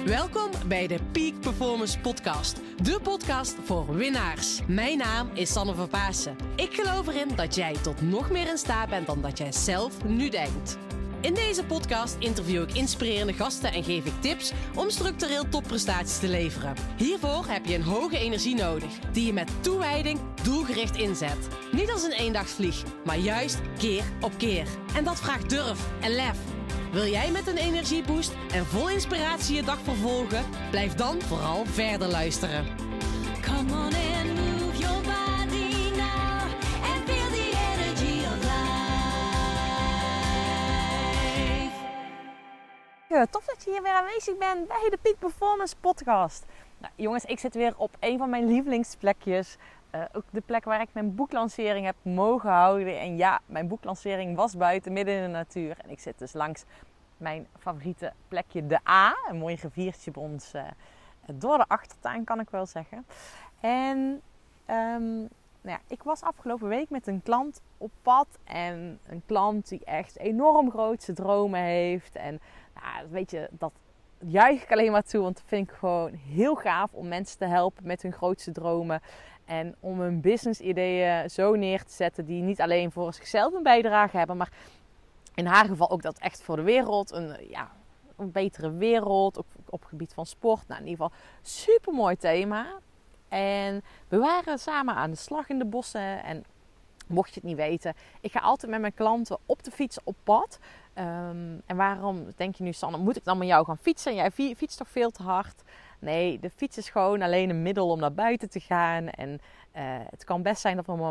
Welkom bij de Peak Performance Podcast. De podcast voor winnaars. Mijn naam is Sanne van Paassen. Ik geloof erin dat jij tot nog meer in staat bent dan dat jij zelf nu denkt. In deze podcast interview ik inspirerende gasten en geef ik tips om structureel topprestaties te leveren. Hiervoor heb je een hoge energie nodig, die je met toewijding doelgericht inzet. Niet als een eendagsvlieg, maar juist keer op keer. En dat vraagt durf en lef. Wil jij met een energieboost en vol inspiratie je dag vervolgen? Blijf dan vooral verder luisteren. Come on and move your body now and feel the energy of life. Tof dat je hier weer aanwezig bent bij de Peak Performance Podcast. Nou, jongens, ik zit weer op een van mijn lievelingsplekjes. Ook de plek waar ik mijn boeklancering heb mogen houden. En ja, mijn boeklancering was buiten, midden in de natuur. En ik zit dus langs mijn favoriete plekje, de A. Een mooi riviertje bij ons door de achtertuin, kan ik wel zeggen. En ik was afgelopen week met een klant op pad. En een klant die echt enorm grootse dromen heeft. En weet je, dat juich ik alleen maar toe. Want dat vind ik gewoon heel gaaf om mensen te helpen met hun grootste dromen. En om hun business ideeën zo neer te zetten die niet alleen voor zichzelf een bijdrage hebben, maar in haar geval ook dat echt voor de wereld. Een betere wereld, ook op het gebied van sport. Nou, in ieder geval super mooi thema. En we waren samen aan de slag in de bossen. En mocht je het niet weten, ik ga altijd met mijn klanten op de fiets op pad. En waarom denk je nu, Sanne, moet ik dan met jou gaan fietsen? Jij fietst toch veel te hard? Nee, de fiets is gewoon alleen een middel om naar buiten te gaan. En het kan best zijn dat we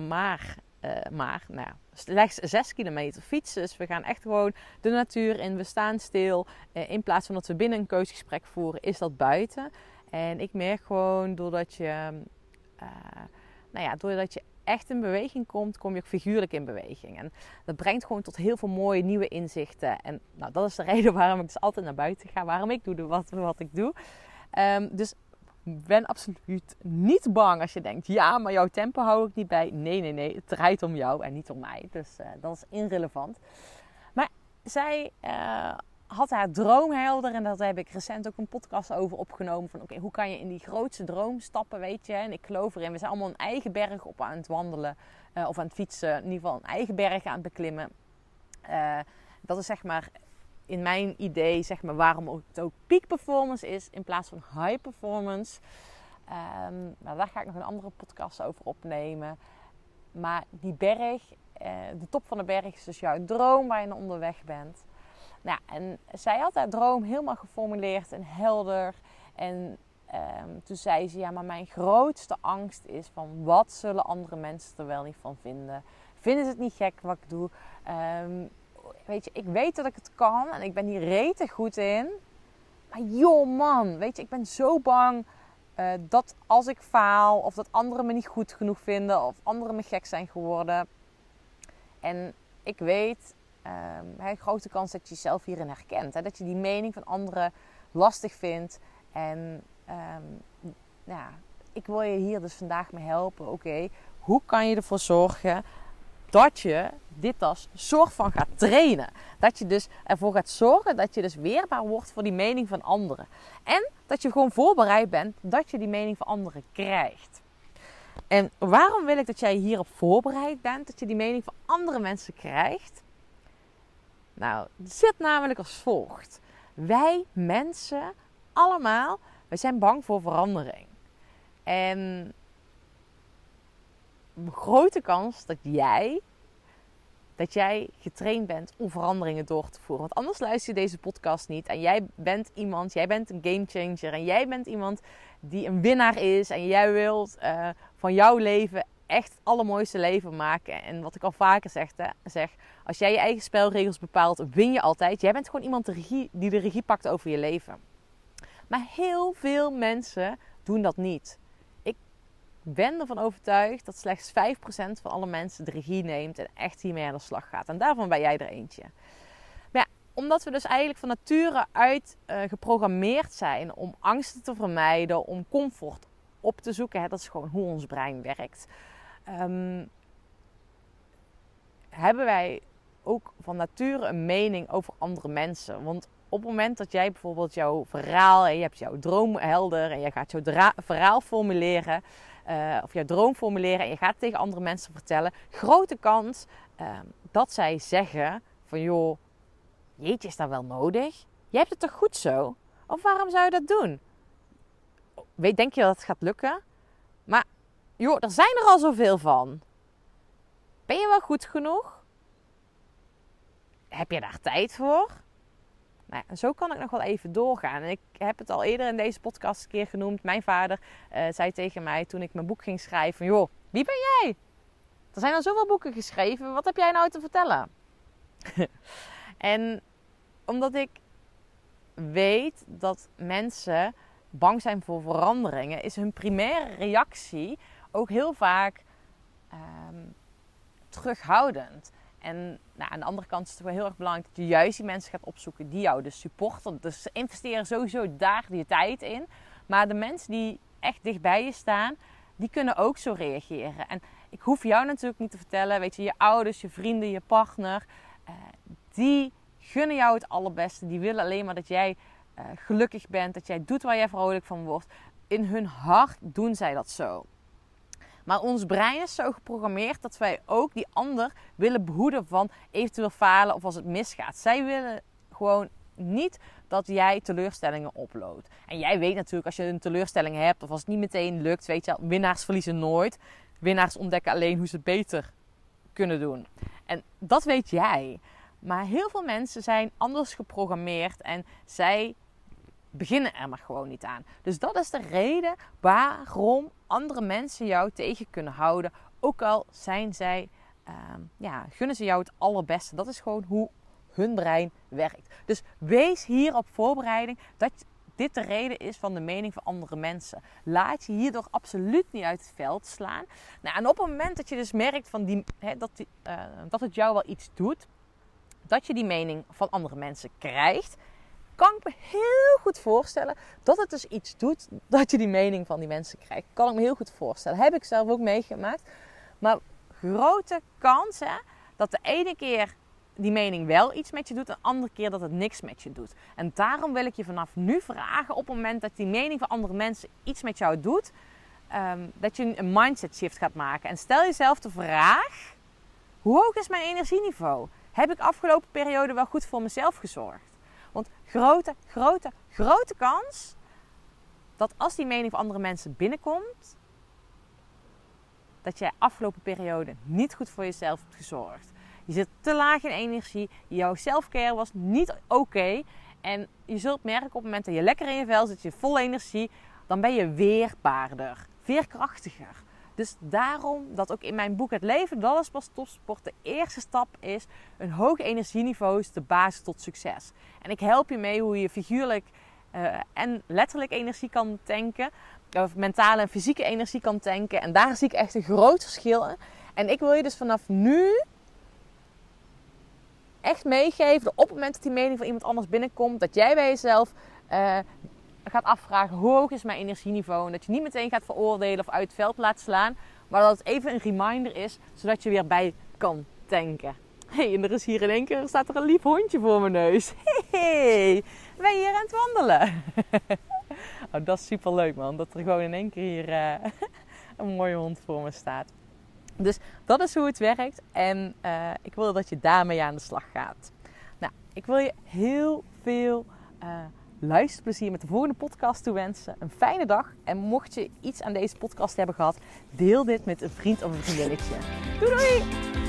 slechts 6 kilometer fietsen. Dus we gaan echt gewoon de natuur in. We staan stil. In plaats van dat we binnen een keuzesgesprek voeren, is dat buiten. En ik merk gewoon, doordat je echt in beweging komt, kom je ook figuurlijk in beweging. En dat brengt gewoon tot heel veel mooie nieuwe inzichten. En dat is de reden waarom ik dus altijd naar buiten ga. Waarom ik doe wat ik doe. Dus ben absoluut niet bang als je denkt, ja, maar jouw tempo hou ik niet bij. Nee, het draait om jou en niet om mij. Dus dat is irrelevant. Maar zij had haar droom helder en daar heb ik recent ook een podcast over opgenomen. Van oké, hoe kan je in die grootste droom stappen, weet je. En ik geloof erin, we zijn allemaal een eigen berg op aan het wandelen of aan het fietsen. In ieder geval een eigen berg aan het beklimmen. Dat is zeg maar in mijn idee, zeg maar, waarom het ook peak performance is in plaats van high performance. Daar ga ik nog een andere podcast over opnemen. Maar die berg, de top van de berg is dus jouw droom waar je naar onderweg bent. Nou, en zij had haar droom helemaal geformuleerd en helder. En toen zei ze, ja, maar mijn grootste angst is van wat zullen andere mensen er wel niet van vinden? Vinden ze het niet gek wat ik doe? Weet je, ik weet dat ik het kan en ik ben hier rete goed in. Maar joh man, weet je, ik ben zo bang dat als ik faal of dat anderen me niet goed genoeg vinden of anderen me gek zijn geworden. En ik weet, grote kans dat je jezelf hierin herkent. Hè? Dat je die mening van anderen lastig vindt. En ik wil je hier dus vandaag mee helpen. Oké, hoe kan je ervoor zorgen dat je dit als soort van gaat trainen. Dat je dus ervoor gaat zorgen dat je dus weerbaar wordt voor die mening van anderen. En dat je gewoon voorbereid bent dat je die mening van anderen krijgt. En waarom wil ik dat jij hierop voorbereid bent? Dat je die mening van andere mensen krijgt? Nou, het zit namelijk als volgt. Wij mensen, allemaal, wij zijn bang voor verandering. En grote kans dat jij getraind bent om veranderingen door te voeren. Want anders luister je deze podcast niet. En jij bent een gamechanger. En jij bent iemand die een winnaar is. En jij wilt van jouw leven echt het allermooiste leven maken. En wat ik al vaker zeg, als jij je eigen spelregels bepaalt, win je altijd. Jij bent gewoon iemand die de regie pakt over je leven. Maar heel veel mensen doen dat niet. Ik ben ervan overtuigd dat slechts 5% van alle mensen de regie neemt en echt hiermee aan de slag gaat. En daarvan ben jij er eentje. Maar ja, omdat we dus eigenlijk van nature uit geprogrammeerd zijn om angsten te vermijden, om comfort op te zoeken. Hè, dat is gewoon hoe ons brein werkt. Hebben wij ook van nature een mening over andere mensen. Want op het moment dat jij bijvoorbeeld jouw verhaal en je hebt jouw droom helder en je gaat jouw verhaal formuleren of jouw droom formuleren en je gaat het tegen andere mensen vertellen, grote kans dat zij zeggen van joh, jeetje, is dat wel nodig? Je hebt het toch goed zo? Of waarom zou je dat doen? Denk je dat het gaat lukken? Maar joh, er zijn er al zoveel van. Ben je wel goed genoeg? Heb je daar tijd voor? Nou ja, zo kan ik nog wel even doorgaan. En ik heb het al eerder in deze podcast een keer genoemd. Mijn vader zei tegen mij toen ik mijn boek ging schrijven van joh, wie ben jij? Er zijn al zoveel boeken geschreven. Wat heb jij nou te vertellen? En omdat ik weet dat mensen bang zijn voor veranderingen, is hun primaire reactie ook heel vaak terughoudend. En aan de andere kant is het wel heel erg belangrijk dat je juist die mensen gaat opzoeken die jou dus supporten. Dus investeren sowieso daar je tijd in. Maar de mensen die echt dichtbij je staan, die kunnen ook zo reageren. En ik hoef jou natuurlijk niet te vertellen, weet je ouders, je vrienden, je partner, die gunnen jou het allerbeste. Die willen alleen maar dat jij gelukkig bent, dat jij doet waar jij vrolijk van wordt. In hun hart doen zij dat zo. Maar ons brein is zo geprogrammeerd dat wij ook die ander willen behoeden van eventueel falen of als het misgaat. Zij willen gewoon niet dat jij teleurstellingen oploopt. En jij weet natuurlijk als je een teleurstelling hebt of als het niet meteen lukt, weet je, winnaars verliezen nooit. Winnaars ontdekken alleen hoe ze het beter kunnen doen. En dat weet jij. Maar heel veel mensen zijn anders geprogrammeerd en zij beginnen er maar gewoon niet aan. Dus dat is de reden waarom andere mensen jou tegen kunnen houden. Ook al zijn zij, gunnen ze jou het allerbeste. Dat is gewoon hoe hun brein werkt. Dus wees hierop voorbereiding dat dit de reden is van de mening van andere mensen. Laat je hierdoor absoluut niet uit het veld slaan. Nou, en op het moment dat je dus merkt van dat het jou wel iets doet, dat je die mening van andere mensen krijgt, kan ik me heel goed voorstellen dat het dus iets doet dat je die mening van die mensen krijgt. Kan ik me heel goed voorstellen. Heb ik zelf ook meegemaakt. Maar grote kans dat de ene keer die mening wel iets met je doet en de andere keer dat het niks met je doet. En daarom wil ik je vanaf nu vragen op het moment dat die mening van andere mensen iets met jou doet, dat je een mindset shift gaat maken. En stel jezelf de vraag, hoe hoog is mijn energieniveau? Heb ik afgelopen periode wel goed voor mezelf gezorgd? Want grote kans dat als die mening van andere mensen binnenkomt, dat jij afgelopen periode niet goed voor jezelf hebt gezorgd. Je zit te laag in energie, jouw selfcare was niet oké. En je zult merken op het moment dat je lekker in je vel zit, je vol energie, dan ben je weerbaarder, veerkrachtiger. Dus daarom dat ook in mijn boek Het leven, dat is pas topsport, de eerste stap is een hoog energieniveau is de basis tot succes. En ik help je mee hoe je figuurlijk en letterlijk energie kan tanken. Of mentale en fysieke energie kan tanken. En daar zie ik echt een groot verschil in. En ik wil je dus vanaf nu echt meegeven dat op het moment dat die mening van iemand anders binnenkomt, dat jij bij jezelf gaat afvragen hoe hoog is mijn energieniveau. En dat je niet meteen gaat veroordelen of uit het veld laat slaan. Maar dat het even een reminder is, zodat je weer bij kan tanken. Hé, en er is hier in één keer, staat er een lief hondje voor mijn neus. Hey, ben je hier aan het wandelen? Oh, dat is super leuk, man. Dat er gewoon in één keer hier een mooie hond voor me staat. Dus dat is hoe het werkt. En ik wil dat je daarmee aan de slag gaat. Nou, ik wil je heel veel luisterplezier met de volgende podcast toewensen. Een fijne dag. En mocht je iets aan deze podcast hebben gehad, deel dit met een vriend of een vriendinnetje. Doei doei!